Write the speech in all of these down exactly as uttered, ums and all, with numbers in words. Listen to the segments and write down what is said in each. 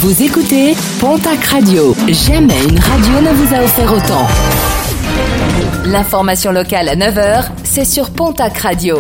Vous écoutez Pontac Radio. Jamais une radio ne vous a offert autant. L'information locale à neuf heures, c'est sur Pontac Radio.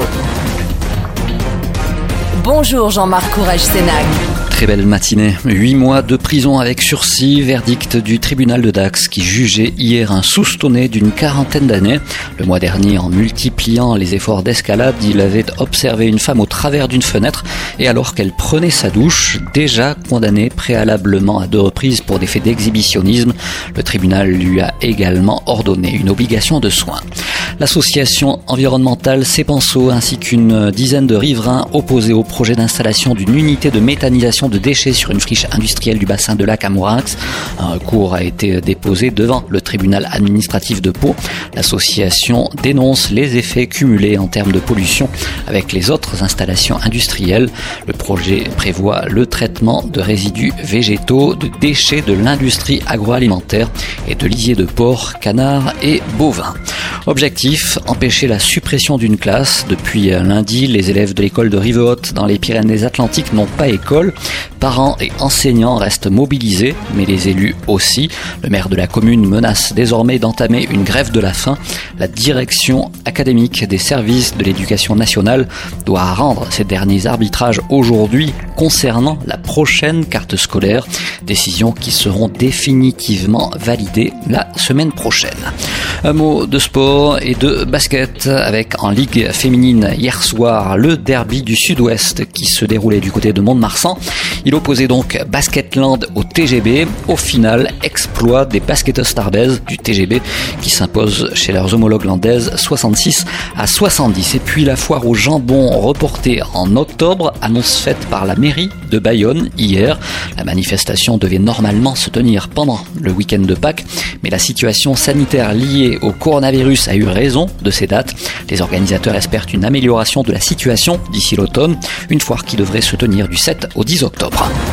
Bonjour Jean-Marc Courage-Sénac. Très belle matinée. Huit mois de prison avec sursis, verdict du tribunal de Dax qui jugeait hier un soupçonné d'une quarantaine d'années. Le mois dernier, en multipliant les efforts d'escalade, il avait observé une femme au travers d'une fenêtre et alors qu'elle prenait sa douche, déjà condamné préalablement à deux reprises pour des faits d'exhibitionnisme, le tribunal lui a également ordonné une obligation de soins. L'association environnementale Cepenso ainsi qu'une dizaine de riverains opposés au projet d'installation d'une unité de méthanisation de déchets sur une friche industrielle du bassin de lac à Mourax. Un recours a été déposé devant le tribunal administratif de Pau. L'association dénonce les effets cumulés en termes de pollution avec les autres installations industrielles. Le projet prévoit le traitement de résidus végétaux, de déchets de l'industrie agroalimentaire et de lisiers de porcs, canards et bovins. Objectif, empêcher la suppression d'une classe. Depuis lundi, les élèves de l'école de Rivehotte dans les Pyrénées-Atlantiques n'ont pas école. Parents et enseignants restent mobilisés, mais les élus aussi. Le maire de la commune menace désormais d'entamer une grève de la faim. La direction académique des services de l'éducation nationale doit rendre ses derniers arbitrages aujourd'hui concernant la prochaine carte scolaire. Décisions qui seront définitivement validées la semaine prochaine. Un mot de sport et de basket avec en Ligue féminine hier soir le derby du Sud-Ouest qui se déroulait du côté de Mont-de-Marsan. Il opposait donc Basketland au T G B. Au final, exploit des basketteuses tarbaises du T G B qui s'imposent chez leurs homologues landaises soixante-six à soixante-dix. Et puis la foire au jambon reportée en octobre, annonce faite par la mairie de Bayonne hier. La manifestation devait normalement se tenir pendant le week-end de Pâques, mais la situation sanitaire liée au coronavirus a eu raison de ces dates. Les organisateurs espèrent une amélioration de la situation d'ici l'automne, une foire qui devrait se tenir du sept au dix octobre.